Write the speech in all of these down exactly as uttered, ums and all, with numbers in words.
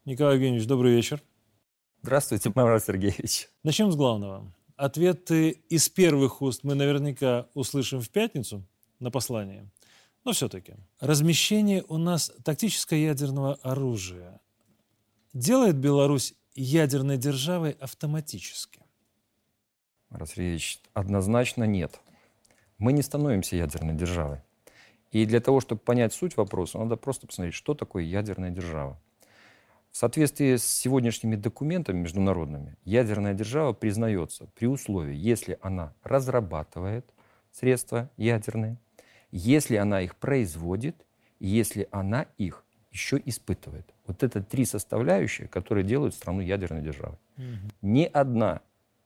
Николай Евгеньевич, добрый вечер. Здравствуйте, Марат Сергеевич. Начнем с главного. Ответы из первых уст мы наверняка услышим в пятницу на послании. Но все-таки. Размещение у нас тактического ядерного оружия делает Беларусь ядерной державой автоматически? Марат Сергеевич, однозначно нет. Мы не становимся ядерной державой. И для того, чтобы понять суть вопроса, надо просто посмотреть, что такое ядерная держава. В соответствии с сегодняшними документами международными, ядерная держава признается при условии, если она разрабатывает средства ядерные, если она их производит, если она их еще испытывает. Вот это три составляющие, которые делают страну ядерной державой. Угу. Ни одна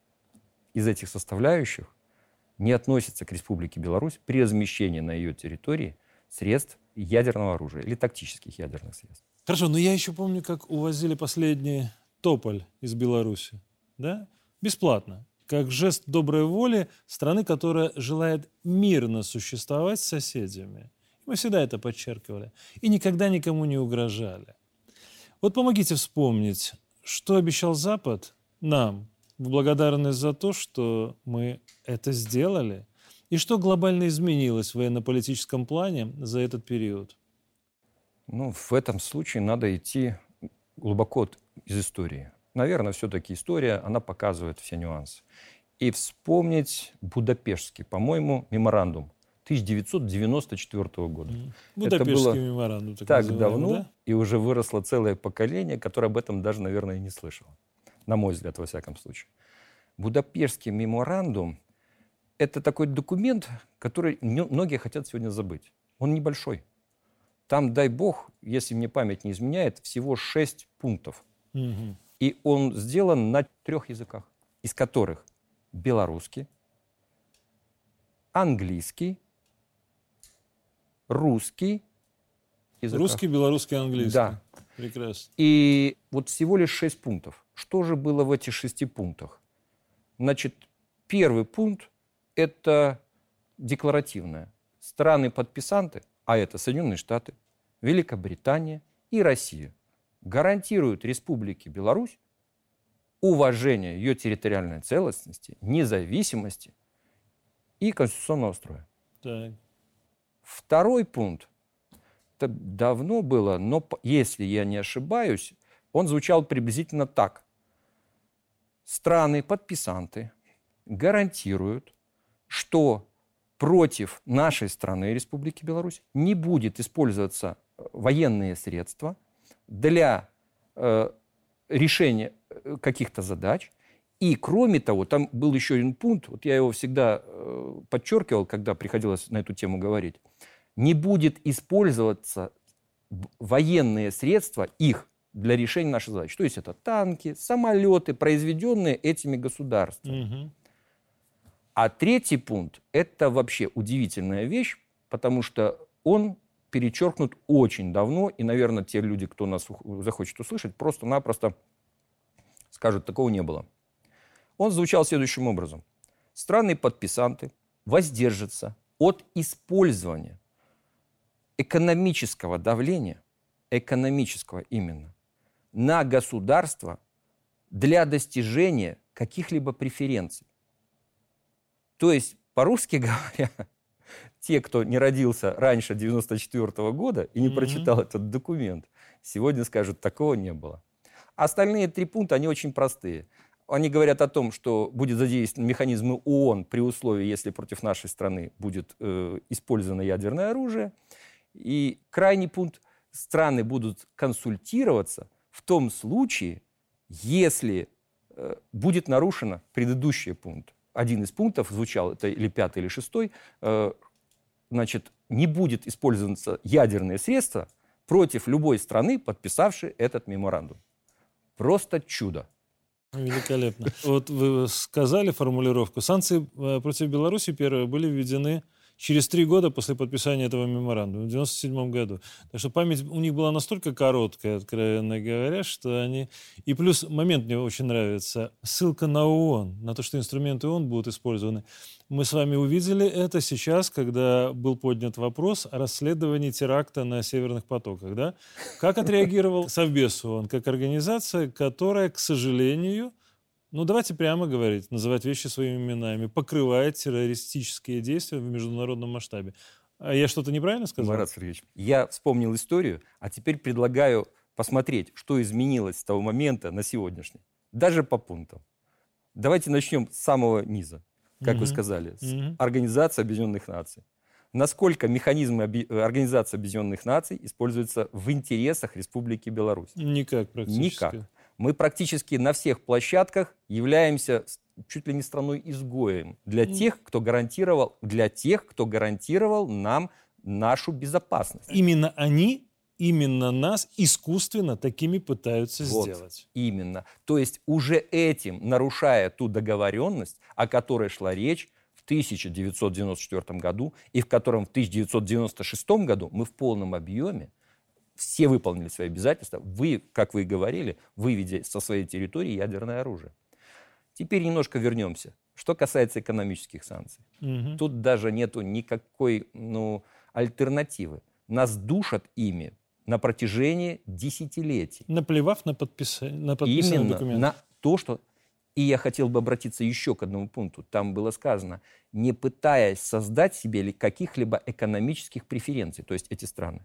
из этих составляющих не относится к Республике Беларусь при размещении на ее территории средств ядерного оружия или тактических ядерных средств. Хорошо, но я еще помню, как увозили последний тополь из Беларуси. Да? Бесплатно. Как жест доброй воли страны, которая желает мирно существовать с соседями. Мы всегда это подчеркивали. И никогда никому не угрожали. Вот помогите вспомнить, что обещал Запад нам в благодарность за то, что мы это сделали, и что глобально изменилось в военно-политическом плане за этот период. Ну, в этом случае надо идти глубоко из истории. Наверное, все-таки история, она показывает все нюансы. И вспомнить Будапештский, по-моему, меморандум тысяча девятьсот девяносто четвёртого года. Mm. Будапештский это было меморандум. Так, так давно, да? И уже выросло целое поколение, которое об этом даже, наверное, и не слышало. На мой взгляд, во всяком случае. Будапештский меморандум – это такой документ, который многие хотят сегодня забыть. Он небольшой. Там, дай бог, если мне память не изменяет, всего шесть пунктов. Угу. И он сделан на трех языках, из которых белорусский, английский, русский. Языках. Русский, белорусский, английский. Да. Прекрасно. И вот всего лишь шесть пунктов. Что же было в этих шести пунктах? Значит, первый пункт – это декларативное. Страны-подписанты, а это Соединенные Штаты, Великобритания и Россия, гарантируют Республике Беларусь уважение ее территориальной целостности, независимости и конституционного строя. Так. Второй пункт, это давно было, но если я не ошибаюсь, он звучал приблизительно так. Страны-подписанты гарантируют, что против нашей страны, Республики Беларусь, не будет использоваться военные средства для э, решения каких-то задач. И, кроме того, там был еще один пункт, вот я его всегда э, подчеркивал, когда приходилось на эту тему говорить, не будет использоваться военные средства, их, для решения нашей задачи. То есть это танки, самолеты, произведенные этими государствами. Угу. А третий пункт – это вообще удивительная вещь, потому что он перечеркнут очень давно, и, наверное, те люди, кто нас захочет услышать, просто-напросто скажут, такого не было. Он звучал следующим образом. Страны-подписанты воздержатся от использования экономического давления, экономического именно, на государство для достижения каких-либо преференций. То есть, по-русски говоря, те, кто не родился раньше девяносто четвёртого года и не mm-hmm. прочитал этот документ, сегодня скажут, такого не было. Остальные три пункта, они очень простые. Они говорят о том, что будет задействован механизм ООН при условии, если против нашей страны будет э, использовано ядерное оружие. И крайний пункт, страны будут консультироваться в том случае, если э, будет нарушен предыдущий пункт. Один из пунктов звучал, это или пятый, или шестой, э, значит, не будет использоваться ядерные средства против любой страны, подписавшей этот меморандум. Просто чудо. Великолепно. Вот вы сказали формулировку. Санкции против Беларуси, первые, были введены через три года после подписания этого меморандума, в девяносто седьмом году. Так что память у них была настолько короткая, откровенно говоря, что они... И плюс момент мне очень нравится. Ссылка на ООН, на то, что инструменты ООН будут использованы. Мы с вами увидели это сейчас, когда был поднят вопрос о расследовании теракта на Северных потоках. Да? Как отреагировал Совбез ООН, как организация, которая, к сожалению, ну давайте прямо говорить, называть вещи своими именами, покрывает террористические действия в международном масштабе. А я что-то неправильно сказал? Марат Сергеевич, я вспомнил историю, а теперь предлагаю посмотреть, что изменилось с того момента на сегодняшний. Даже по пунктам. Давайте начнем с самого низа, как Мгм. вы сказали, с Мгм. Организации Объединенных Наций. Насколько механизмы оби- Организации Объединенных Наций используются в интересах Республики Беларусь? Никак практически. Никак. Мы практически на всех площадках являемся с- чуть ли не страной-изгоем для М. тех, кто гарантировал, для тех, кто гарантировал нам нашу безопасность. Именно они, именно нас искусственно такими пытаются Вот. сделать. Именно. То есть уже этим, нарушая ту договоренность, о которой шла речь в тысяча девятьсот девяносто четвёртом году и в котором в тысяча девятьсот девяносто шестом году мы в полном объеме все выполнили свои обязательства, вы, как вы и говорили, выведя со своей территории ядерное оружие. Теперь немножко вернемся. Что касается экономических санкций. Мгм. Тут даже нету никакой ну, альтернативы. Нас душат ими на протяжении десятилетий. Наплевав на, подписа... на подписанный Именно документ. на то, что... И я хотел бы обратиться еще к одному пункту. Там было сказано, не пытаясь создать себе ли каких-либо экономических преференций, то есть эти страны.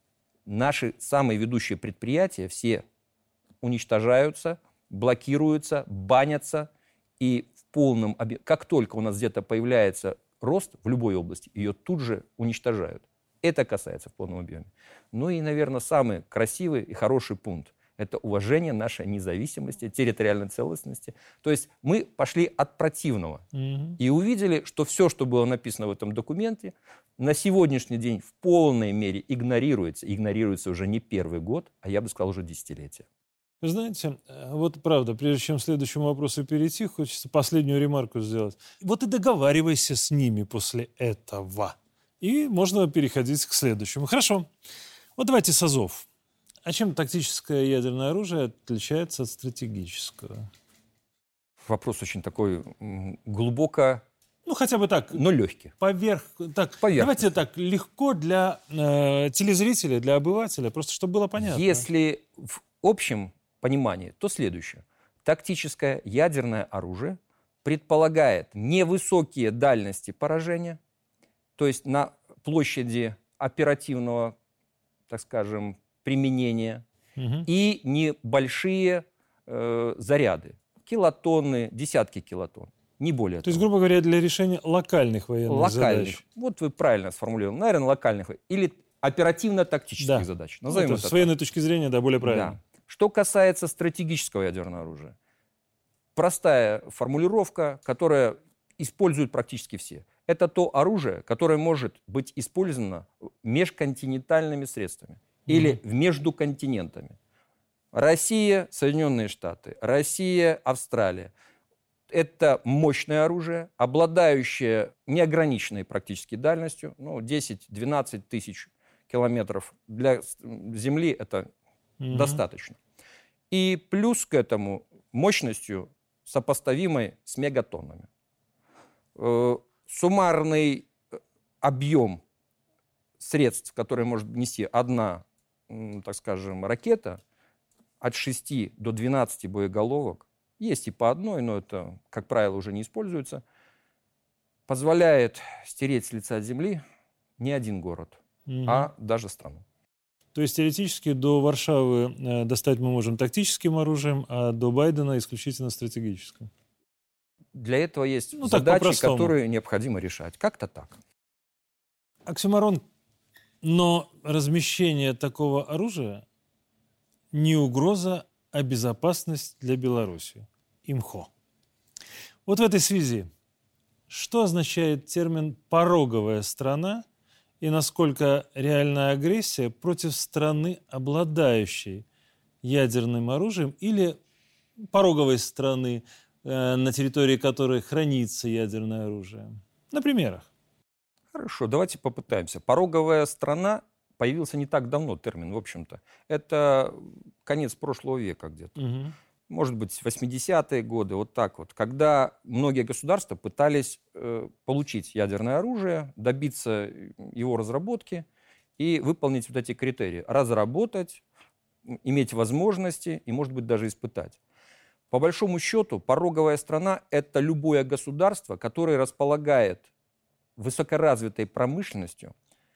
Наши самые ведущие предприятия все уничтожаются, блокируются, банятся. И в полном объеме, как только у нас где-то появляется рост в любой области, ее тут же уничтожают. Это касается в полном объеме. Ну и, наверное, самый красивый и хороший пункт – это уважение нашей независимости, территориальной целостности. То есть мы пошли от противного Мгм. и увидели, что все, что было написано в этом документе, на сегодняшний день в полной мере игнорируется. Игнорируется уже не первый год, а я бы сказал, уже десятилетие. Вы знаете, э, вот правда, прежде чем к следующему вопросу перейти, хочется последнюю ремарку сделать. Вот и договаривайся с ними после этого. И можно переходить к следующему. Хорошо. Вот давайте с азов. А чем тактическое ядерное оружие отличается от стратегического? Вопрос очень такой м, глубоко, Ну, хотя бы так, но легкий. поверх... Так, Поверхностно. давайте так, легко для э, телезрителя, для обывателя, просто чтобы было понятно. Если в общем понимании, то следующее. Тактическое ядерное оружие предполагает невысокие дальности поражения, то есть на площади оперативного, так скажем, применения, Мгм. и небольшие э, заряды. Килотонны, десятки килотонн, не более То есть, того. грубо говоря, для решения локальных военных Локальных. задач. Вот вы правильно сформулировали. Наверное, локальных. Или оперативно-тактических Да. задач. Ну, Назовем это это с так. военной точки зрения, да, более правильно. Да. Что касается стратегического ядерного оружия. Простая формулировка, которая используют практически все. Это то оружие, которое может быть использовано межконтинентальными средствами или между континентами. Россия, Соединенные Штаты, Россия, Австралия. Это мощное оружие, обладающее неограниченной практически дальностью, ну, десять-двенадцать тысяч километров. Для Земли это Мгм. достаточно. И плюс к этому мощностью, сопоставимой с мегатоннами. Э, Суммарный объем средств, которые может нести одна, м, так скажем, ракета, от шести до двенадцати боеголовок, есть и по одной, но это, как правило, уже не используется, позволяет стереть с лица земли не один город, Мгм. а даже страну. То есть теоретически до Варшавы э, достать мы можем тактическим оружием, а до Байдена исключительно стратегическим. Для этого есть Ну, так, задачи, по-простому. которые необходимо решать. Как-то так. Оксюморон, но размещение такого оружия не угроза, а безопасность для Беларуси. Имхо. Вот в этой связи, что означает термин «пороговая страна» и насколько реальная агрессия против страны, обладающей ядерным оружием, или пороговой страны, э, на территории которой хранится ядерное оружие? На примерах. Хорошо, давайте попытаемся. Пороговая страна появился не так давно термин, в общем-то. Это конец прошлого века где-то. Угу. Может быть, восьмидесятые годы, вот так вот. Когда многие государства пытались э, получить ядерное оружие, добиться его разработки и выполнить вот эти критерии. Разработать, иметь возможности и, может быть, даже испытать. По большому счету, пороговая страна – это любое государство, которое располагает высокоразвитой промышленностью,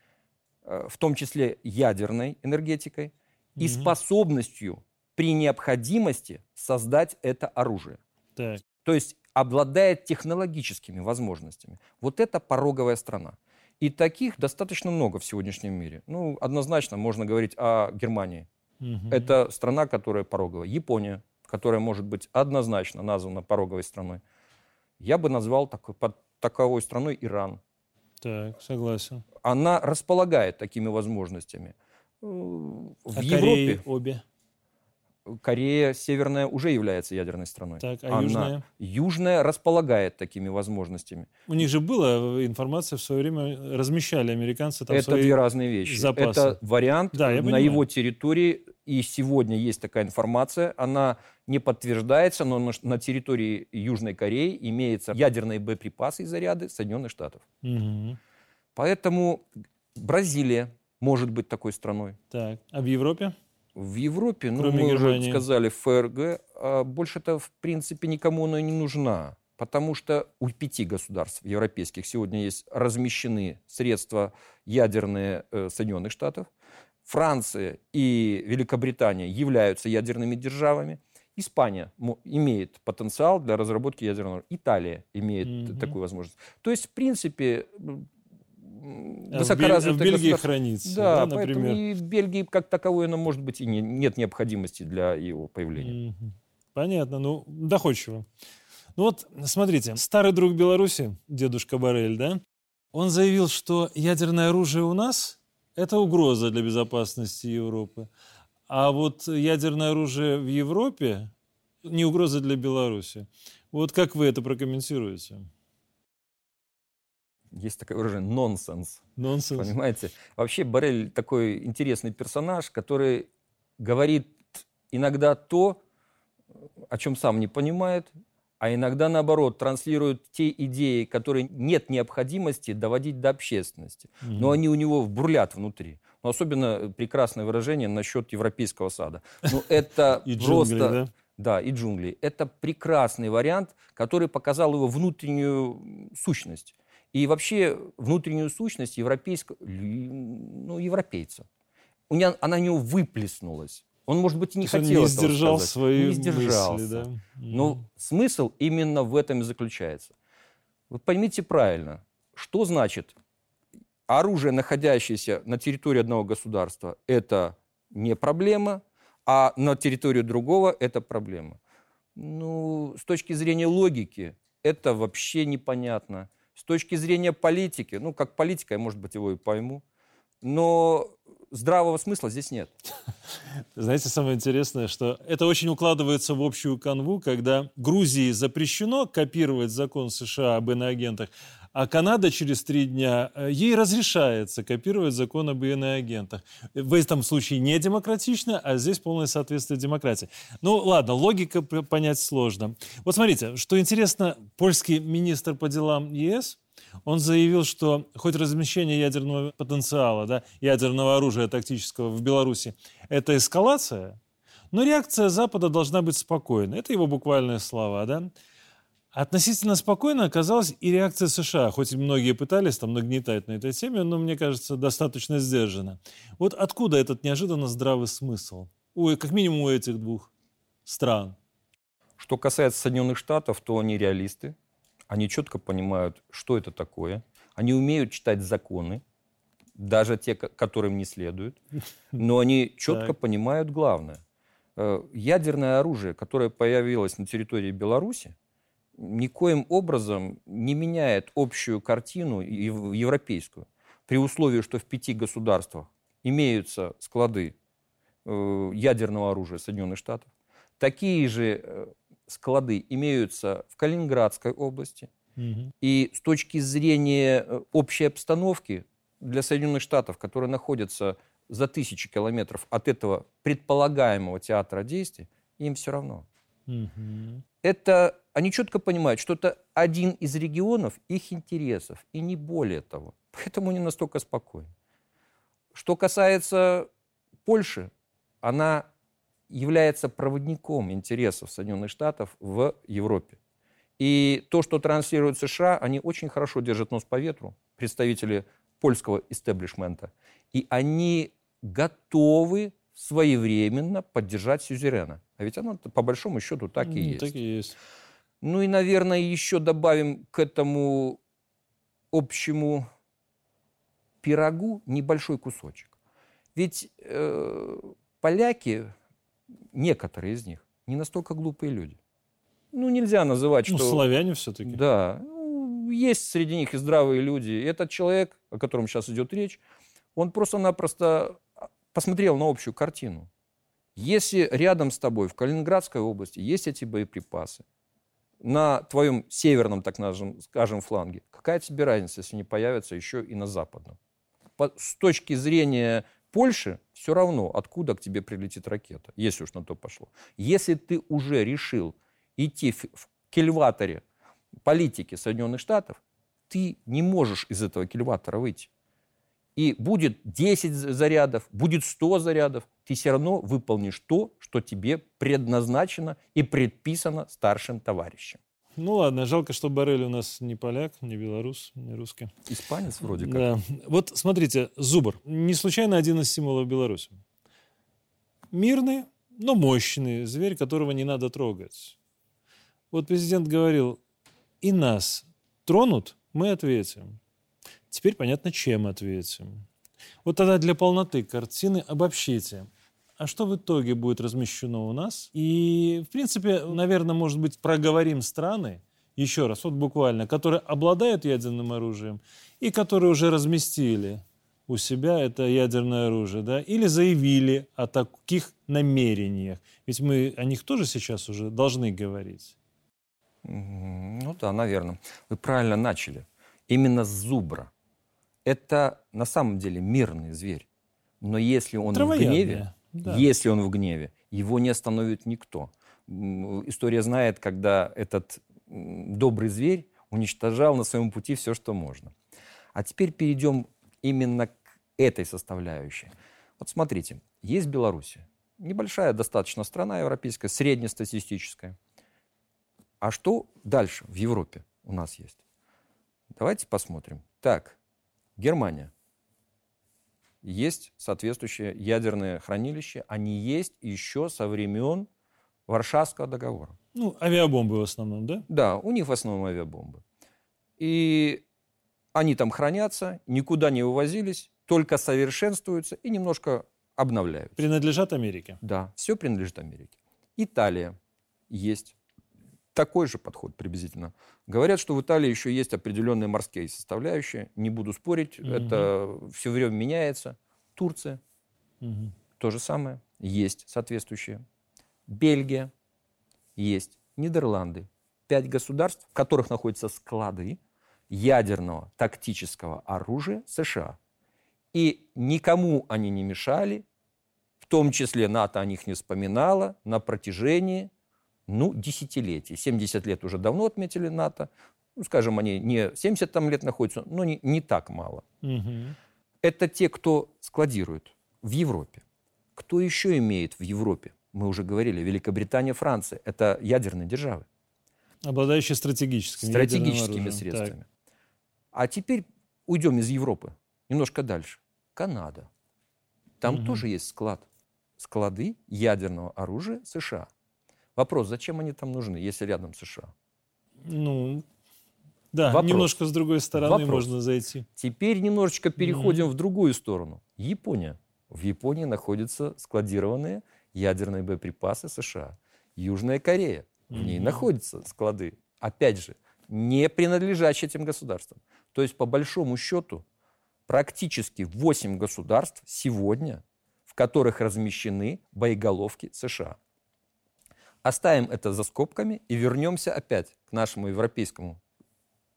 в том числе ядерной энергетикой, и Мгм. способностью при необходимости создать это оружие. Так. То есть обладает технологическими возможностями. Вот это пороговая страна. И таких достаточно много в сегодняшнем мире. Ну, однозначно можно говорить о Германии. Мгм. Это страна, которая пороговая. Япония, которая может быть однозначно названа пороговой страной. Я бы назвал такой, под таковой страной Иран. Так, согласен. Она располагает такими возможностями. Э, В А Европе Кореи обе? Корея Северная уже является ядерной страной. Так, а Она- Южная? Южная располагает такими возможностями. У них же была информация в свое время, размещали американцы там Это свои... две разные вещи. запасы. Это вариант Да, я на понимаю. его территории, и сегодня есть такая информация, она не подтверждается, но на, на территории Южной Кореи имеются ядерные боеприпасы и заряды Соединенных Штатов. Мгм. Поэтому Бразилия может быть такой страной. Так, а в Европе? В Европе, ну, Кроме мы Германии. уже сказали, ФРГ, а больше-то, в принципе, никому она не нужна. Потому что у пяти государств европейских сегодня есть размещены средства ядерные э, Соединенных Штатов. Франция и Великобритания являются ядерными державами. Испания мо- имеет потенциал для разработки ядерного оружия. Италия имеет Мгм. такую возможность. То есть, в принципе, м, А в Бель- высокоразвитое в Бельгии государство- хранится, Да, да, поэтому например? и в Бельгии как таковой, оно может быть и не- нет необходимости для его появления. Мгм. Понятно, ну, доходчиво. Ну вот, смотрите, старый друг Беларуси, дедушка Боррель, да, он заявил, что ядерное оружие у нас – это угроза для безопасности Европы, а вот ядерное оружие в Европе – не угроза для Беларуси. Вот как вы это прокомментируете? Есть такое выражение «нонсенс». Нонсенс. Понимаете? Вообще Боррель такой интересный персонаж, который говорит иногда то, о чем сам не понимает, а иногда, наоборот, транслирует те идеи, которые нет необходимости доводить до общественности. Мгм. Но они у него бурлят внутри. Но особенно прекрасное выражение насчет европейского сада. Ну, это И просто... джунгли, да? Да, и джунгли. Это прекрасный вариант, который показал его внутреннюю сущность. И вообще внутреннюю сущность европейского, ну, европейца. У него, она у него выплеснулась. Он, может быть, и не То есть он хотел не этого сдержал сказать. свои Не сдержался. мысли, да? Но Мгм. смысл именно в этом и заключается. Вы поймите правильно, что значит оружие, находящееся на территории одного государства, это не проблема, а на территории другого это проблема. Ну, с точки зрения логики, это вообще непонятно. С точки зрения политики, ну, как политика, я, может быть, его и пойму, но здравого смысла здесь нет. Знаете, самое интересное, что это очень укладывается в общую канву, когда Грузии запрещено копировать закон США об иноагентах, а Канада через три дня, э, ей разрешается копировать закон об иноагентах. В этом случае не демократично, а здесь полное соответствие демократии. Ну ладно, логика п- понять сложно. Вот смотрите, что интересно, польский министр по делам ЕС, он заявил, что хоть размещение ядерного потенциала, да, ядерного оружия тактического в Беларуси – это эскалация, но реакция Запада должна быть спокойной. Это его буквальные слова, да. Относительно спокойно оказалась и реакция США, хоть и многие пытались там нагнетать на этой теме, но, мне кажется, достаточно сдержанно. Вот откуда этот неожиданно здравый смысл? У, как минимум у этих двух стран. Что касается Соединенных Штатов, то они реалисты. Они четко понимают, что это такое. Они умеют читать законы, даже те, ко- которым не следуют. Но они четко Так. понимают главное. Э, Ядерное оружие, которое появилось на территории Беларуси, никоим образом не меняет общую картину ев- европейскую. При условии, что в пяти государствах имеются склады э, ядерного оружия Соединенных Штатов, такие же э, склады имеются в Калининградской области, Угу. И с точки зрения общей обстановки для Соединенных Штатов, которые находятся за тысячи километров от этого предполагаемого театра действий, им все равно. Угу. Это, они четко понимают, что это один из регионов их интересов, и не более того. Поэтому они настолько спокойны. Что касается Польши, она является проводником интересов Соединенных Штатов в Европе. И то, что транслируют США, они очень хорошо держат нос по ветру, представители польского истеблишмента. И они готовы своевременно поддержать сюзерена. А ведь оно по большому счету так и Ну, есть. Так и есть. Ну и, наверное, еще добавим к этому общему пирогу небольшой кусочек. Ведь э, поляки, некоторые из них, не настолько глупые люди. Ну, нельзя называть, Ну, что... славяне все-таки. Да, ну, есть среди них и здравые люди. И этот человек, о котором сейчас идет речь, он просто-напросто посмотрел на общую картину. Если рядом с тобой в Калининградской области есть эти боеприпасы, на твоем северном, так скажем, фланге, какая тебе разница, если они появятся еще и на западном? По, с точки зрения Польши, все равно, откуда к тебе прилетит ракета, если уж на то пошло. Если ты уже решил идти в, в кильваторе политики Соединенных Штатов, ты не можешь из этого кильватора выйти. И будет десять зарядов, будет сто зарядов, ты все равно выполнишь то, что тебе предназначено и предписано старшим товарищем. Ну ладно, жалко, что Боррель у нас не поляк, не белорус, не русский. Испанец вроде как. Да. Вот смотрите, зубр. Не случайно один из символов Беларуси. Мирный, но мощный зверь, которого не надо трогать. Вот президент говорил, и нас тронут, мы ответим. Теперь понятно, чем ответим. Вот тогда для полноты картины обобщите. А что в итоге будет размещено у нас? И, в принципе, наверное, может быть, проговорим страны, еще раз, вот буквально, которые обладают ядерным оружием и которые уже разместили у себя это ядерное оружие, да, или заявили о таких намерениях. Ведь мы о них тоже сейчас уже должны говорить. Ну да, наверное. Вы правильно начали. Именно с зубра. Это на самом деле мирный зверь. Но если он в гневе, да. если он в гневе, его не остановит никто. История знает, когда этот добрый зверь уничтожал на своем пути все, что можно. А теперь перейдем именно к этой составляющей. Вот смотрите, есть Беларусь. Небольшая достаточно страна европейская, среднестатистическая. А что дальше в Европе у нас есть? Давайте посмотрим. Так, Германия. Есть соответствующее ядерное хранилище. Они есть еще со времен Варшавского договора. Ну, авиабомбы в основном, да? Да, у них в основном авиабомбы. И они там хранятся, никуда не вывозились, только совершенствуются и немножко обновляются. Принадлежат Америке. Да, все принадлежит Америке. Италия есть. Такой же подход приблизительно. Говорят, что в Италии еще есть определенные морские составляющие. Не буду спорить, угу. Это все время меняется. Турция. Угу. То же самое. Есть соответствующие. Бельгия. Есть. Нидерланды. Пять государств, в которых находятся склады ядерного тактического оружия США. И никому они не мешали, в том числе НАТО о них не вспоминало, на протяжении Ну, десятилетий. семьдесят лет уже давно отметили НАТО. Ну, скажем, они не семьдесят там лет находятся, но не, не так мало. Угу. Это те, кто складирует в Европе. Кто еще имеет в Европе? Мы уже говорили, Великобритания, Франция. Это ядерные державы. Обладающие стратегическими, стратегическими средствами. Так. А теперь уйдем из Европы. Немножко дальше. Канада. Там угу. тоже есть склад. Склады ядерного оружия США. Вопрос, зачем они там нужны, если рядом США? Ну, да, Вопрос. Немножко с другой стороны Вопрос. Можно зайти. Теперь немножечко переходим mm-hmm. в другую сторону. Япония. В Японии находятся складированные ядерные боеприпасы США. Южная Корея. В mm-hmm. ней находятся склады. Опять же, не принадлежащие этим государствам. То есть, по большому счету, практически восемь государств сегодня, в которых размещены боеголовки США. Оставим это за скобками и вернемся опять к нашему европейскому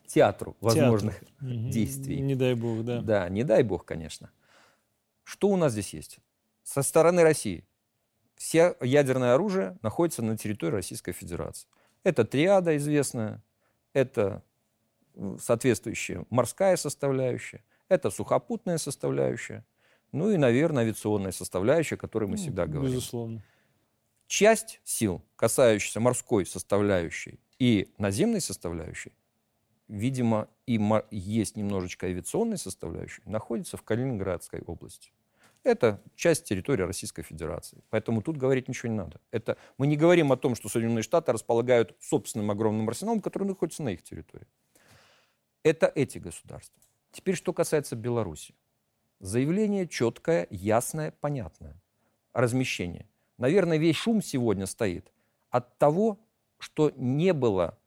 театру возможных Театр. действий. Не дай бог, да. Да, не дай бог, конечно. Что у нас здесь есть? Со стороны России все ядерное оружие находится на территории Российской Федерации. Это триада известная, это соответствующая морская составляющая, это сухопутная составляющая, ну и, наверное, авиационная составляющая, о которой мы Ну, всегда говорим. Безусловно. Часть сил, касающихся морской составляющей и наземной составляющей, видимо, и есть немножечко авиационной составляющей, находится в Калининградской области. Это часть территории Российской Федерации. Поэтому тут говорить ничего не надо. Это, мы не говорим о том, что Соединенные Штаты располагают собственным огромным арсеналом, который находится на их территории. Это эти государства. Теперь, что касается Беларуси. Заявление четкое, ясное, понятное. Размещение. Наверное, весь шум сегодня стоит от того, что не было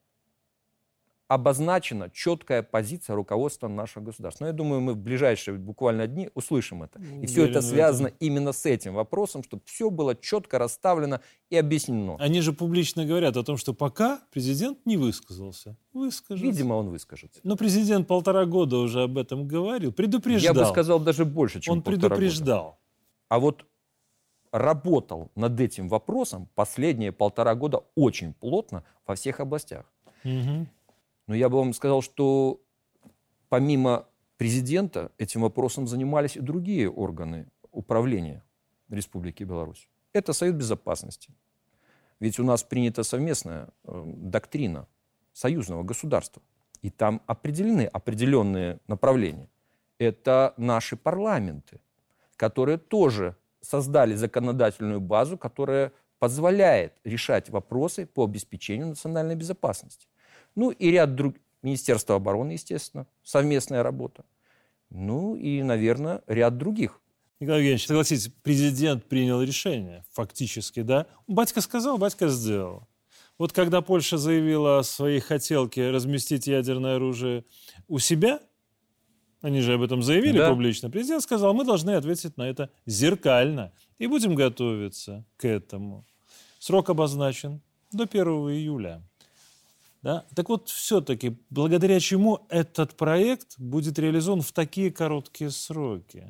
обозначена четкая позиция руководства нашего государства. Но я думаю, мы в ближайшие буквально дни услышим это. И все это связано именно с этим вопросом, чтобы все было четко расставлено и объяснено. Они же публично говорят о том, что пока президент не высказался. Выскажется. Видимо, он выскажется. Но президент полтора года уже об этом говорил, предупреждал. Я бы сказал, даже больше, чем он полтора предупреждал. года. А вот работал над этим вопросом последние полтора года очень плотно во всех областях. Угу. Но я бы вам сказал, что помимо президента этим вопросом занимались и другие органы управления Республики Беларусь. Это Совет Безопасности. Ведь у нас принята совместная э, доктрина союзного государства. И там определены определенные направления. Это наши парламенты, которые тоже создали законодательную базу, которая позволяет решать вопросы по обеспечению национальной безопасности. Ну и ряд других. Министерство обороны, естественно, совместная работа. Ну и, наверное, ряд других. Николай Евгеньевич, согласитесь, президент принял решение, фактически, да? Батька сказал, батька сделал. Вот когда Польша заявила о своей хотелке разместить ядерное оружие у себя, они же об этом заявили да. публично, президент сказал, мы должны ответить на это зеркально и будем готовиться к этому. Срок обозначен до первого июля. Да? Так вот, все-таки, благодаря чему этот проект будет реализован в такие короткие сроки?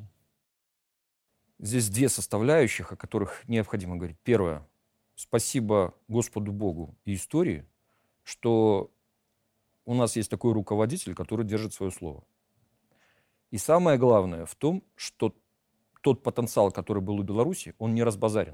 Здесь две составляющих, о которых необходимо говорить. Первое. Спасибо Господу Богу и истории, что у нас есть такой руководитель, который держит свое слово. И самое главное в том, что тот потенциал, который был у Беларуси, он не разбазарен.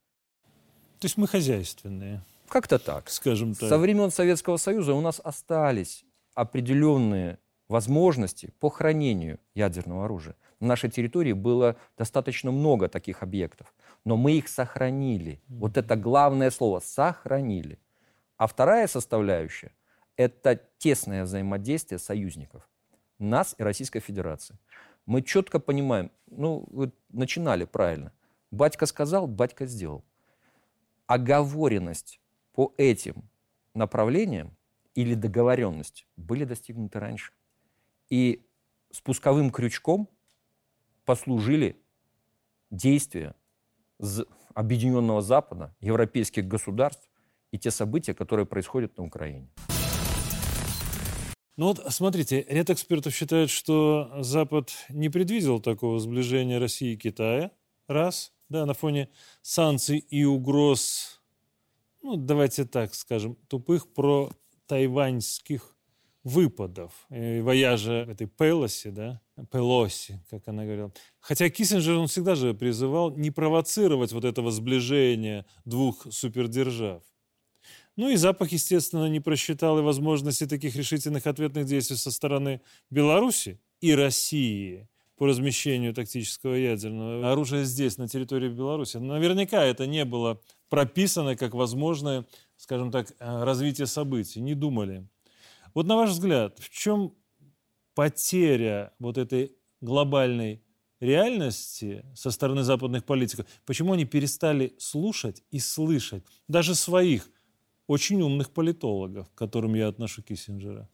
То есть мы хозяйственные. Как-то так. Скажем так. Со времен Советского Союза у нас остались определенные возможности по хранению ядерного оружия. На нашей территории было достаточно много таких объектов, но мы их сохранили. Mm-hmm. Вот это главное слово – сохранили. А вторая составляющая – это тесное взаимодействие союзников, нас и Российской Федерации. Мы четко понимаем, ну, вы начинали правильно. Батька сказал, батька сделал. Оговоренность по этим направлениям или договоренность были достигнуты раньше. И спусковым крючком послужили действия Объединенного Запада, европейских государств и те события, которые происходят на Украине. Ну вот, смотрите, ряд экспертов считает, что Запад не предвидел такого сближения России и Китая, раз, да, на фоне санкций и угроз, ну, давайте так скажем, тупых про тайваньских выпадов. И вояжа этой Пелоси, да, Пелоси, как она говорила. Хотя Киссинджер, он всегда же призывал не провоцировать вот этого сближения двух супердержав. Ну и Запад, естественно, не просчитал и возможности таких решительных ответных действий со стороны Беларуси и России по размещению тактического ядерного оружия здесь, на территории Беларуси. Наверняка это не было прописано как возможное, скажем так, развитие событий. Не думали. Вот на ваш взгляд, в чем потеря вот этой глобальной реальности со стороны западных политиков? Почему они перестали слушать и слышать даже своих очень умных политологов, к которым я отношу Киссинджера?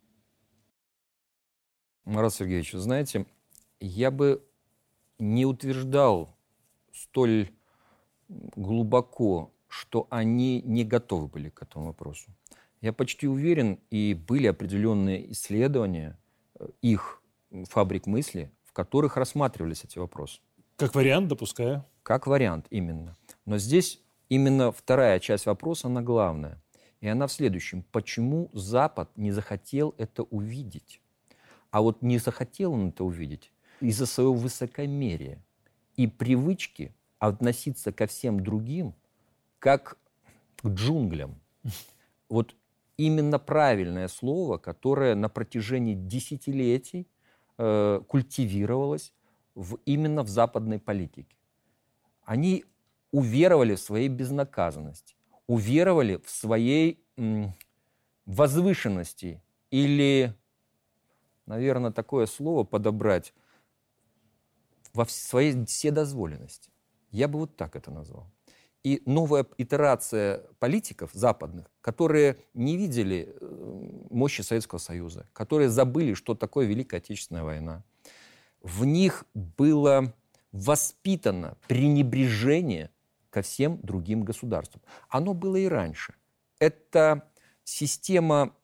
Марат Сергеевич, знаете, я бы не утверждал столь глубоко, что они не готовы были к этому вопросу. Я почти уверен, и были определенные исследования их фабрик мысли, в которых рассматривались эти вопросы. Как вариант, допускаю. Как вариант, именно. Но здесь именно вторая часть вопроса, она главная. И она в следующем. Почему Запад не захотел это увидеть? А вот не захотел он это увидеть из-за своего высокомерия и привычки относиться ко всем другим как к джунглям. Вот именно правильное слово, которое на протяжении десятилетий э, культивировалось в, именно в западной политике. Они уверовали в своей безнаказанности, уверовали в своей м, возвышенности или, наверное, такое слово подобрать, во своей вседозволенности. Я бы вот так это назвал. И новая итерация политиков западных, которые не видели мощи Советского Союза, которые забыли, что такое Великая Отечественная война, в них было воспитано пренебрежение ко всем другим государствам. Оно было и раньше. Это система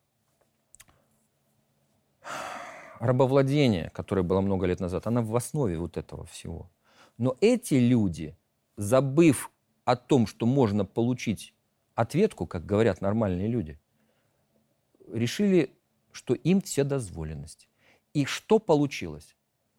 рабовладения, которая была много лет назад, она в основе вот этого всего. Но эти люди, забыв о том, что можно получить ответку, как говорят нормальные люди, решили, что им вседозволенность. И что получилось?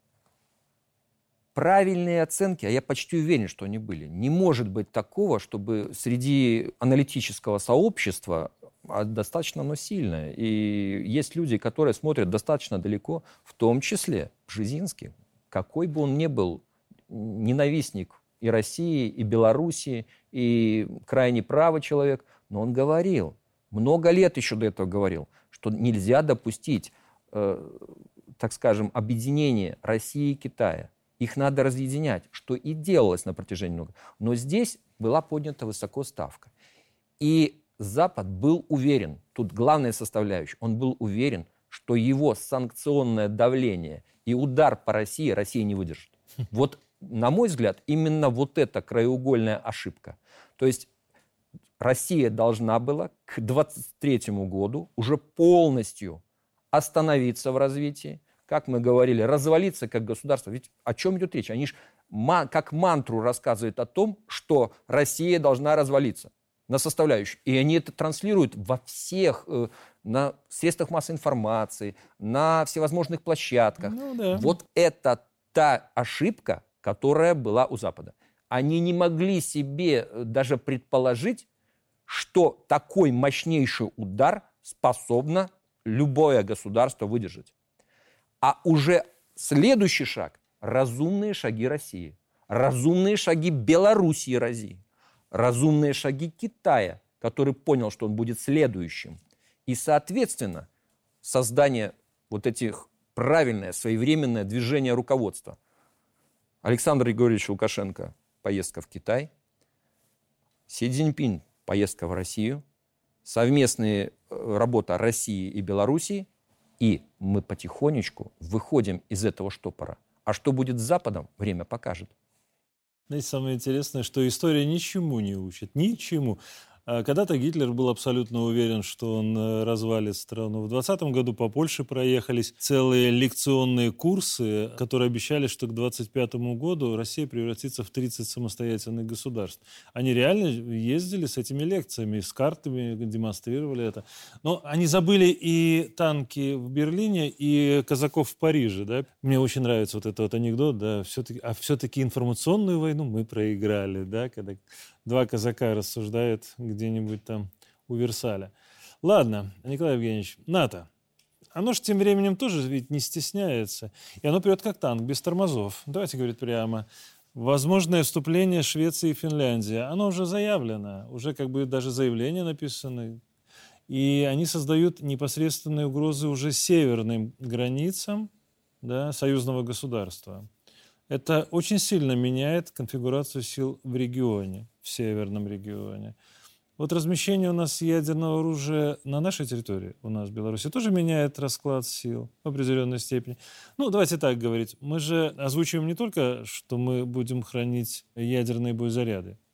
Правильные оценки, а я почти уверен, что они были. Не может быть такого, чтобы среди аналитического сообщества, а достаточно оно сильное, и есть люди, которые смотрят достаточно далеко, в том числе Бжезинский, какой бы он ни был ненавистник и России, и Белоруссии, и крайне правый человек, но он говорил, много лет еще до этого говорил, что нельзя допустить, э, так скажем, объединения России и Китая. Их надо разъединять, что и делалось на протяжении много. Но здесь была поднята высоко ставка. И Запад был уверен, тут главная составляющая, он был уверен, что его санкционное давление и удар по России Россия не выдержит. Вот, на мой взгляд, именно вот эта краеугольная ошибка. То есть Россия должна была к двадцать третьему году уже полностью остановиться в развитии, как мы говорили, развалиться как государство. Ведь о чем идет речь? Они же как мантру рассказывают о том, что Россия должна развалиться на составляющие. И они это транслируют во всех, на средствах массовой информации, на всевозможных площадках. Ну, да. Вот это та ошибка, которая была у Запада. Они не могли себе даже предположить, что такой мощнейший удар способно любое государство выдержать. А уже следующий шаг – разумные шаги России, разумные шаги Белоруссии и России, разумные шаги Китая, который понял, что он будет следующим. И, соответственно, создание вот этих правильное, своевременное движение руководства. Александр Григорьевич Лукашенко – поездка в Китай, Си Цзиньпин – поездка в Россию, совместная работа России и Белоруссии, и мы потихонечку выходим из этого штопора. А что будет с Западом, время покажет. Знаете, самое интересное, что история ничему не учит. Ничему. Когда-то Гитлер был абсолютно уверен, что он развалит страну. В двадцатом году по Польше проехались целые лекционные курсы, которые обещали, что к двадцать пятому году Россия превратится в тридцать самостоятельных государств. Они реально ездили с этими лекциями, с картами, демонстрировали это. Но они забыли и танки в Берлине, и казаков в Париже. Да? Мне очень нравится вот этот вот анекдот. Да? Все-таки, а все-таки информационную войну мы проиграли. Да? Когда два казака рассуждают где-нибудь там у Версаля. Ладно, Николай Евгеньевич, НАТО. Оно же тем временем тоже ведь не стесняется. И оно прет как танк, без тормозов. Давайте говорить прямо. Возможное вступление Швеции и Финляндии. Оно уже заявлено. Уже как бы даже заявления написаны. И они создают непосредственные угрозы уже северным границам, да, союзного государства. Это очень сильно меняет конфигурацию сил в регионе, в северном регионе. Вот размещение у нас ядерного оружия на нашей территории, у нас в Беларуси, тоже меняет расклад сил в определенной степени. Ну, давайте так говорить. Мы же озвучиваем не только, что мы будем хранить ядерные боезаряды.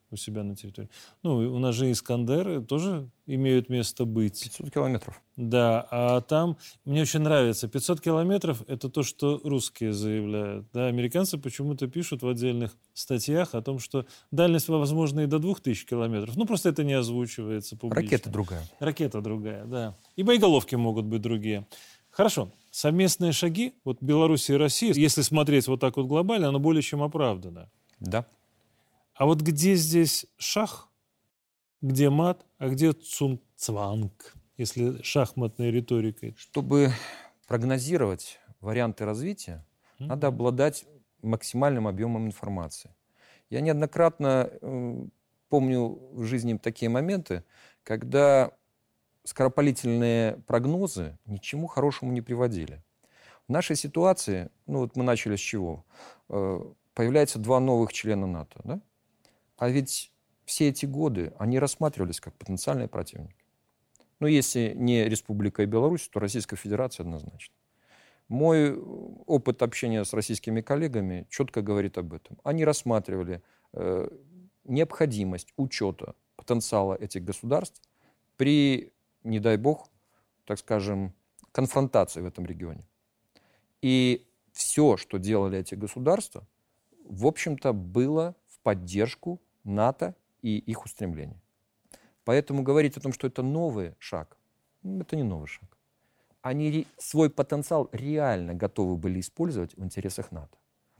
у себя на территории. Ну, у нас же Искандеры тоже имеют место быть. пятьсот километров. Да, а там, мне очень нравится, пятьсот километров – это то, что русские заявляют. Да, американцы почему-то пишут в отдельных статьях о том, что дальность, возможно, и до двух тысяч километров. Ну, просто это не озвучивается публично. Ракета другая. Ракета другая, да. И боеголовки могут быть другие. Хорошо. Совместные шаги, вот Беларусь и Россия, если смотреть вот так вот глобально, оно более чем оправдано. Да. А вот где здесь шах, где мат, а где цунцванг, если шахматной риторикой? Чтобы прогнозировать варианты развития, mm-hmm. надо обладать максимальным объемом информации. Я неоднократно э, помню в жизни такие моменты, когда скоропалительные прогнозы ни к чему хорошему не приводили. В нашей ситуации, ну вот мы начали с чего? Э, появляется два новых члена НАТО, да? А ведь все эти годы они рассматривались как потенциальные противники. Ну, если не Республика Беларусь, то Российская Федерация однозначно. Мой опыт общения с российскими коллегами четко говорит об этом. Они рассматривали э, необходимость учета потенциала этих государств при, не дай бог, так скажем, конфронтации в этом регионе. И все, что делали эти государства, в общем-то, было в поддержку НАТО и их устремлений. Поэтому говорить о том, что это новый шаг, это не новый шаг. Они свой потенциал реально готовы были использовать в интересах НАТО.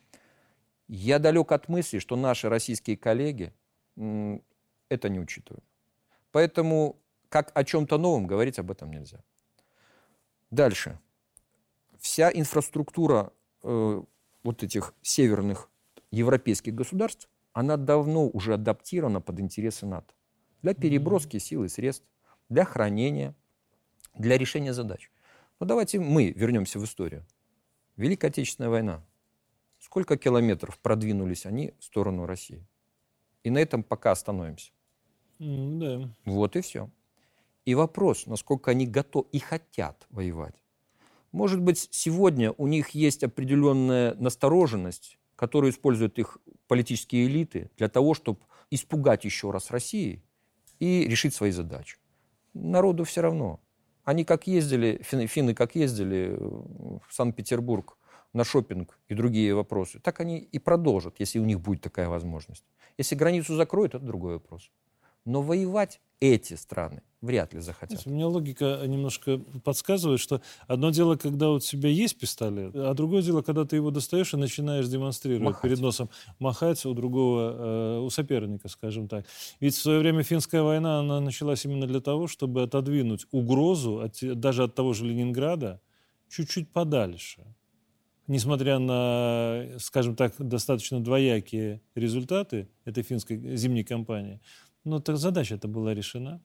Я далек от мысли, что наши российские коллеги м, это не учитывают. Поэтому как о чем-то новом говорить об этом нельзя. Дальше. Вся инфраструктура э, вот этих северных европейских государств, она давно уже адаптирована под интересы НАТО. Для переброски сил и средств, для хранения, для решения задач. Но давайте мы вернемся в историю. Великая Отечественная война. Сколько километров продвинулись они в сторону России? И на этом пока остановимся. Mm, да. Вот и все. И вопрос, насколько они готовы и хотят воевать. Может быть, сегодня у них есть определенная настороженность, которую используют их политические элиты для того, чтобы испугать еще раз Россию и решить свои задачи. Народу все равно. Они как ездили, финны, финны как ездили в Санкт-Петербург на шопинг и другие вопросы, так они и продолжат, если у них будет такая возможность. Если границу закроют, это другой вопрос. Но воевать эти страны вряд ли захотят. У меня логика немножко подсказывает, что одно дело, когда у тебя есть пистолет, а другое дело, когда ты его достаешь и начинаешь демонстрировать махать. Перед носом, махать у другого, у соперника, скажем так. Ведь в свое время финская война, она началась именно для того, чтобы отодвинуть угрозу от, даже от того же Ленинграда чуть-чуть подальше. Несмотря на, скажем так, достаточно двоякие результаты этой финской зимней кампании, но так задача-то была решена.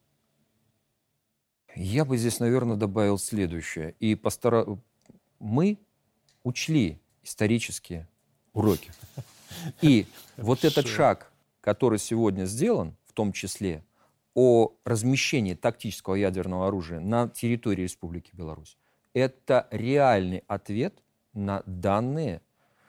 Я бы здесь, наверное, добавил следующее. И постара... Мы учли исторические уроки. И вот этот шаг, который сегодня сделан, в том числе о размещении тактического ядерного оружия на территории Республики Беларусь, это реальный ответ на данные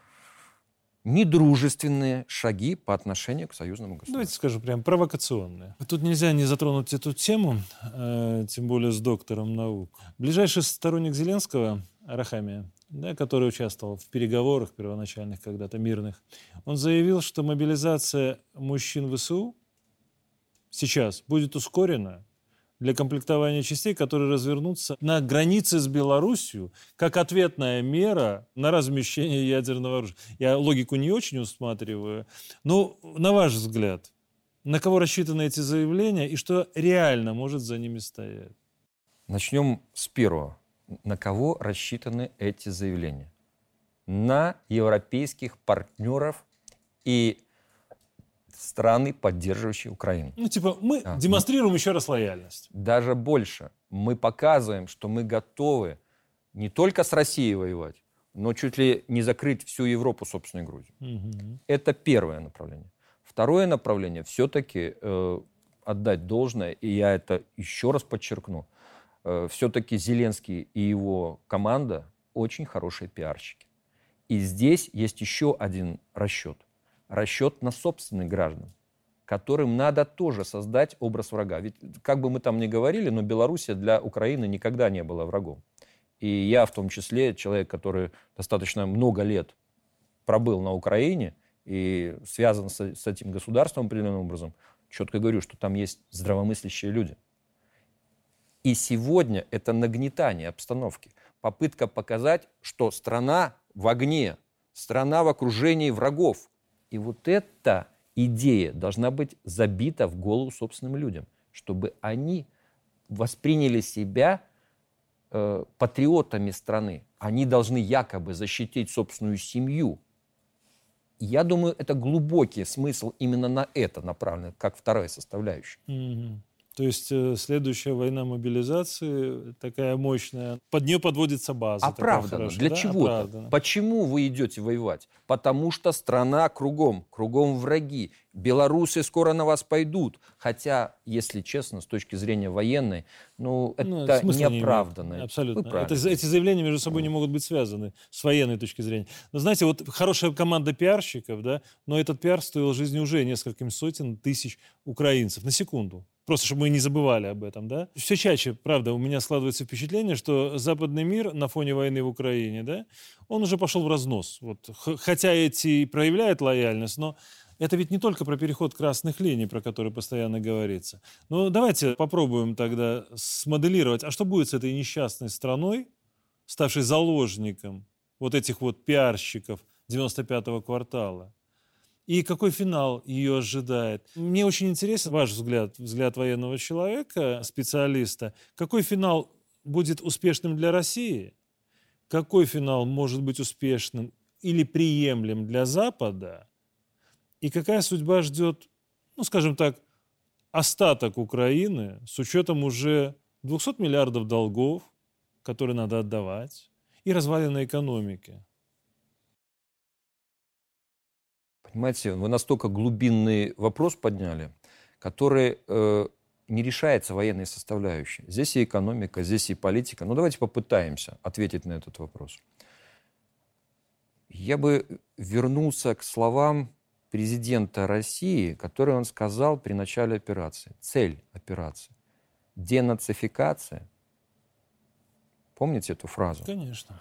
недружественные шаги по отношению к союзному государству. Давайте скажу прям провокационные. Тут нельзя не затронуть эту тему, э, тем более с доктором наук. Ближайший сторонник Зеленского, Арахамия, да, который участвовал в переговорах первоначальных когда-то мирных, он заявил, что мобилизация мужчин ВСУ сейчас будет ускорена для комплектования частей, которые развернутся на границе с Белоруссией, как ответная мера на размещение ядерного оружия. Я логику не очень усматриваю. Но, на ваш взгляд, на кого рассчитаны эти заявления и что реально может за ними стоять? Начнем с первого. На кого рассчитаны эти заявления? На европейских партнеров и страны, поддерживающие Украину. Ну, типа, мы а, демонстрируем мы... еще раз лояльность. Даже больше. Мы показываем, что мы готовы не только с Россией воевать, но чуть ли не закрыть всю Европу собственной грудью. Угу. Это первое направление. Второе направление все-таки э, отдать должное, и я это еще раз подчеркну, э, все-таки Зеленский и его команда очень хорошие пиарщики. И здесь есть еще один расчет. Расчет на собственных граждан, которым надо тоже создать образ врага. Ведь, как бы мы там ни говорили, но Белоруссия для Украины никогда не была врагом. И я, в том числе, человек, который достаточно много лет пробыл на Украине и связан с, с этим государством определенным образом, четко говорю, что там есть здравомыслящие люди. И сегодня это нагнетание обстановки, попытка показать, что страна в огне, страна в окружении врагов. И вот эта идея должна быть забита в голову собственным людям, чтобы они восприняли себя э, патриотами страны. Они должны якобы защитить собственную семью. Я думаю, это глубокий смысл именно на это направлен, как вторая составляющая. Mm-hmm. То есть э, следующая война мобилизации такая мощная, под нее подводится база. Оправдано. Для да? чего-то. Оправдано. Почему вы идете воевать? Потому что страна кругом, кругом враги. Белорусы скоро на вас пойдут. Хотя, если честно, с точки зрения военной, ну, это ну, неоправданно. Не Абсолютно. Это, эти заявления между собой не могут быть связаны с военной точки зрения. Но знаете, вот хорошая команда пиарщиков, да, но этот пиар стоил жизни уже нескольким сотен тысяч украинцев. На секунду. Просто, чтобы мы не забывали об этом, да? Все чаще, правда, у меня складывается впечатление, что западный мир на фоне войны в Украине, да, он уже пошел в разнос. Вот, хотя эти проявляют лояльность, но это ведь не только про переход красных линий, про которые постоянно говорится. Но давайте попробуем тогда смоделировать, а что будет с этой несчастной страной, ставшей заложником вот этих вот пиарщиков девяносто пятого квартала? И какой финал ее ожидает? Мне очень интересен ваш взгляд, взгляд военного человека, специалиста. Какой финал будет успешным для России? Какой финал может быть успешным или приемлем для Запада? И какая судьба ждет, ну, скажем так, остаток Украины с учетом уже двухсот миллиардов долгов, которые надо отдавать, и разваленной экономики? Понимаете, вы настолько глубинный вопрос подняли, который э, не решается военной составляющей. Здесь и экономика, здесь и политика. Ну, давайте попытаемся ответить на этот вопрос. Я бы вернулся к словам президента России, которые он сказал при начале операции. Цель операции – денацификация. Помните эту фразу? Конечно.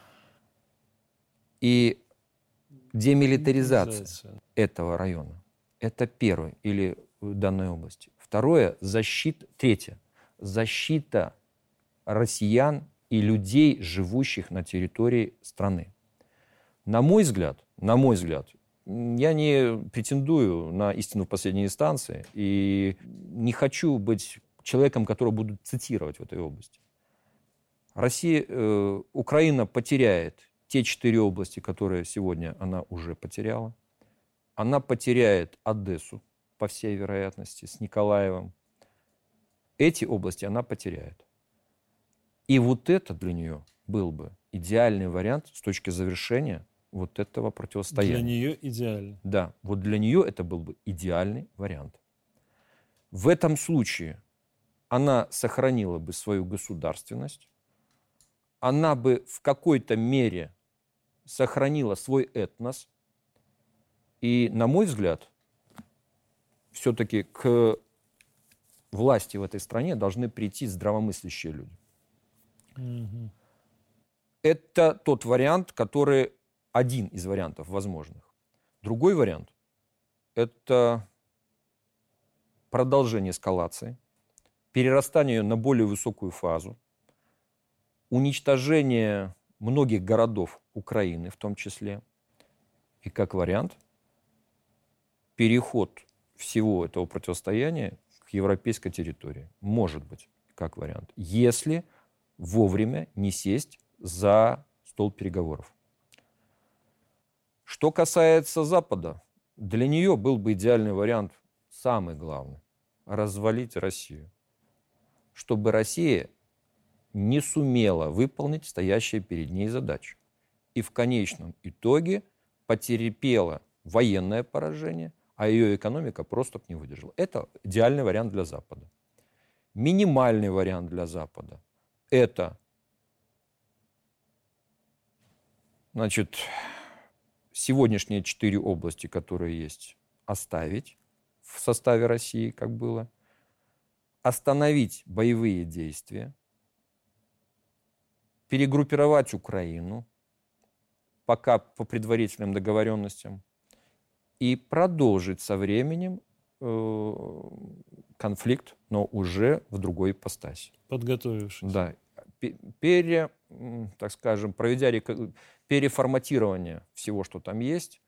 И демилитаризация этого района. Это первое, или в данной области. Второе, защита, третье, защита россиян и людей, живущих на территории страны. На мой взгляд, на мой взгляд, я не претендую на истину в последней инстанции и не хочу быть человеком, которого будут цитировать в этой области. Россия, э, Украина потеряет те четыре области, которые сегодня она уже потеряла. Она потеряет Одессу, по всей вероятности, с Николаевым. Эти области она потеряет. И вот это для нее был бы идеальный вариант с точки завершения вот этого противостояния. Для нее идеально. Да, вот для нее это был бы идеальный вариант. В этом случае она сохранила бы свою государственность, она бы в какой-то мере сохранила свой этнос. И, на мой взгляд, все-таки к власти в этой стране должны прийти здравомыслящие люди. Mm-hmm. Это тот вариант, который один из вариантов возможных. Другой вариант – это продолжение эскалации, перерастание ее на более высокую фазу, уничтожение многих городов Украины в том числе. И как вариант переход всего этого противостояния к европейской территории. Может быть, как вариант. Если вовремя не сесть за стол переговоров. Что касается Запада, для нее был бы идеальный вариант, самый главный, развалить Россию. Чтобы Россия не сумела выполнить стоящие перед ней задачи. И в конечном итоге потерпела военное поражение, а ее экономика просто не выдержала. Это идеальный вариант для Запада. Минимальный вариант для Запада – это, значит, сегодняшние четыре области, которые есть, оставить, в составе России, как было, остановить боевые действия, перегруппировать Украину, пока по предварительным договоренностям, и продолжить со временем э, конфликт, но уже в другой ипостаси. Подготовившись. Да. Пере, так скажем, проведя переформатирование всего, что там есть.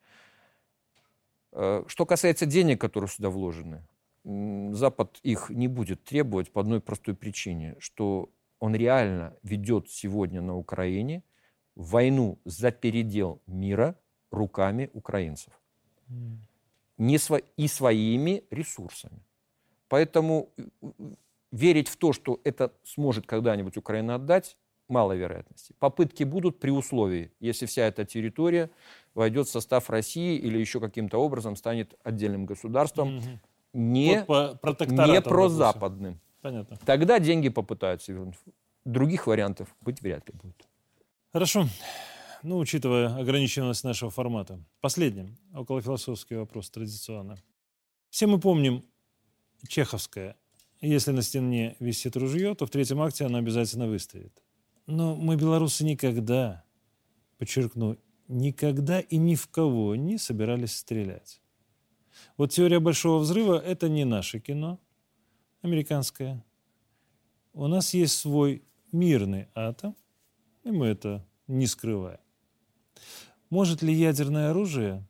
Что касается денег, которые сюда вложены, Запад их не будет требовать по одной простой причине, что он реально ведет сегодня на Украине войну за передел мира руками украинцев. Mm. Не сво- и своими ресурсами. Поэтому верить в то, что это сможет когда-нибудь Украина отдать, мало вероятности. Попытки будут при условии, если вся эта территория войдет в состав России или еще каким-то образом станет отдельным государством, mm-hmm. не, по не прозападным. Понятно. Тогда деньги попытаются вернуть. Других вариантов быть вряд ли будет. Хорошо. Ну, учитывая ограниченность нашего формата. Последний, околофилософский вопрос традиционно. Все мы помним чеховское. Если на стене висит ружье, то в третьем акте оно обязательно выстрелит. Но мы, белорусы, никогда, подчеркну, никогда и ни в кого не собирались стрелять. Вот «Теория большого взрыва» — это не наше кино, американское. У нас есть свой мирный атом, и мы это не скрываем. Может ли ядерное оружие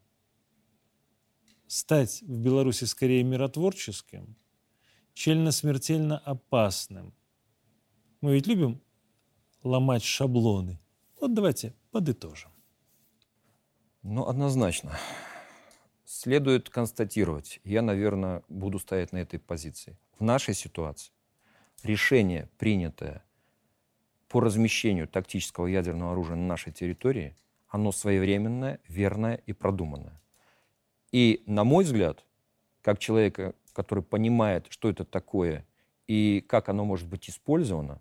стать в Беларуси скорее миротворческим, чем смертельно опасным? Мы ведь любим ломать шаблоны. Вот давайте подытожим. Ну, однозначно. Следует констатировать, я, наверное, буду стоять на этой позиции. В нашей ситуации решение, принятое по размещению тактического ядерного оружия на нашей территории, оно своевременное, верное и продуманное. И, на мой взгляд, как человека, который понимает, что это такое и как оно может быть использовано,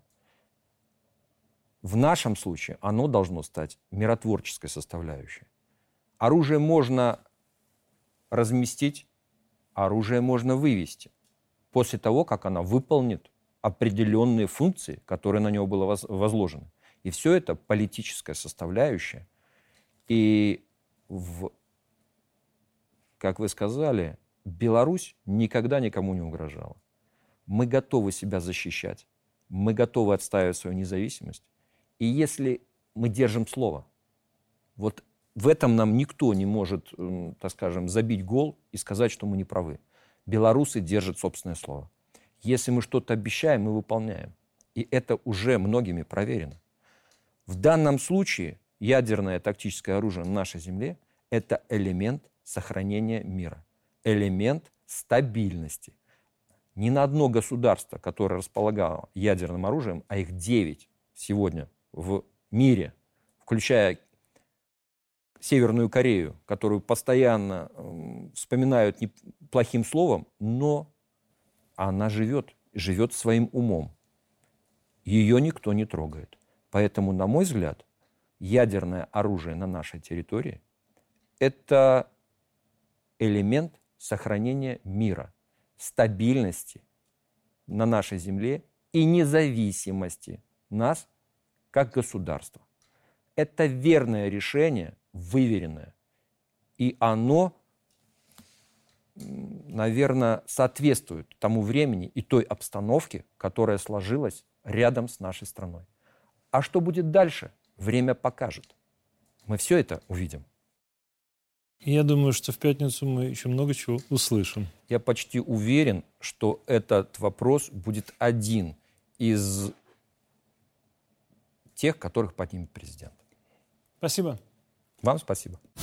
в нашем случае оно должно стать миротворческой составляющей. Оружие можно разместить, оружие можно вывести после того, как оно выполнит определенные функции, которые на него было возложены. И все это политическая составляющая. И, в, как вы сказали, Беларусь никогда никому не угрожала. Мы готовы себя защищать, мы готовы отстаивать свою независимость. И если мы держим слово, вот в этом нам никто не может, так скажем, забить гол и сказать, что мы не правы. Белорусы держат собственное слово. Если мы что-то обещаем, мы выполняем. И это уже многими проверено. В данном случае ядерное тактическое оружие на нашей земле – это элемент сохранения мира, элемент стабильности. Ни на одно государство, которое располагало ядерным оружием, а их девять сегодня в мире, включая Северную Корею, которую постоянно э, вспоминают плохим словом, но она живет, живет своим умом. Ее никто не трогает. Поэтому, на мой взгляд, ядерное оружие на нашей территории – это элемент сохранения мира, стабильности на нашей земле и независимости нас как государства. Это верное решение, выверенное. И оно, наверное, соответствует тому времени и той обстановке, которая сложилась рядом с нашей страной. А что будет дальше, время покажет. Мы все это увидим. Я думаю, что в пятницу мы еще много чего услышим. Я почти уверен, что этот вопрос будет один из тех, которых поднимет президент. Спасибо. Вам спасибо.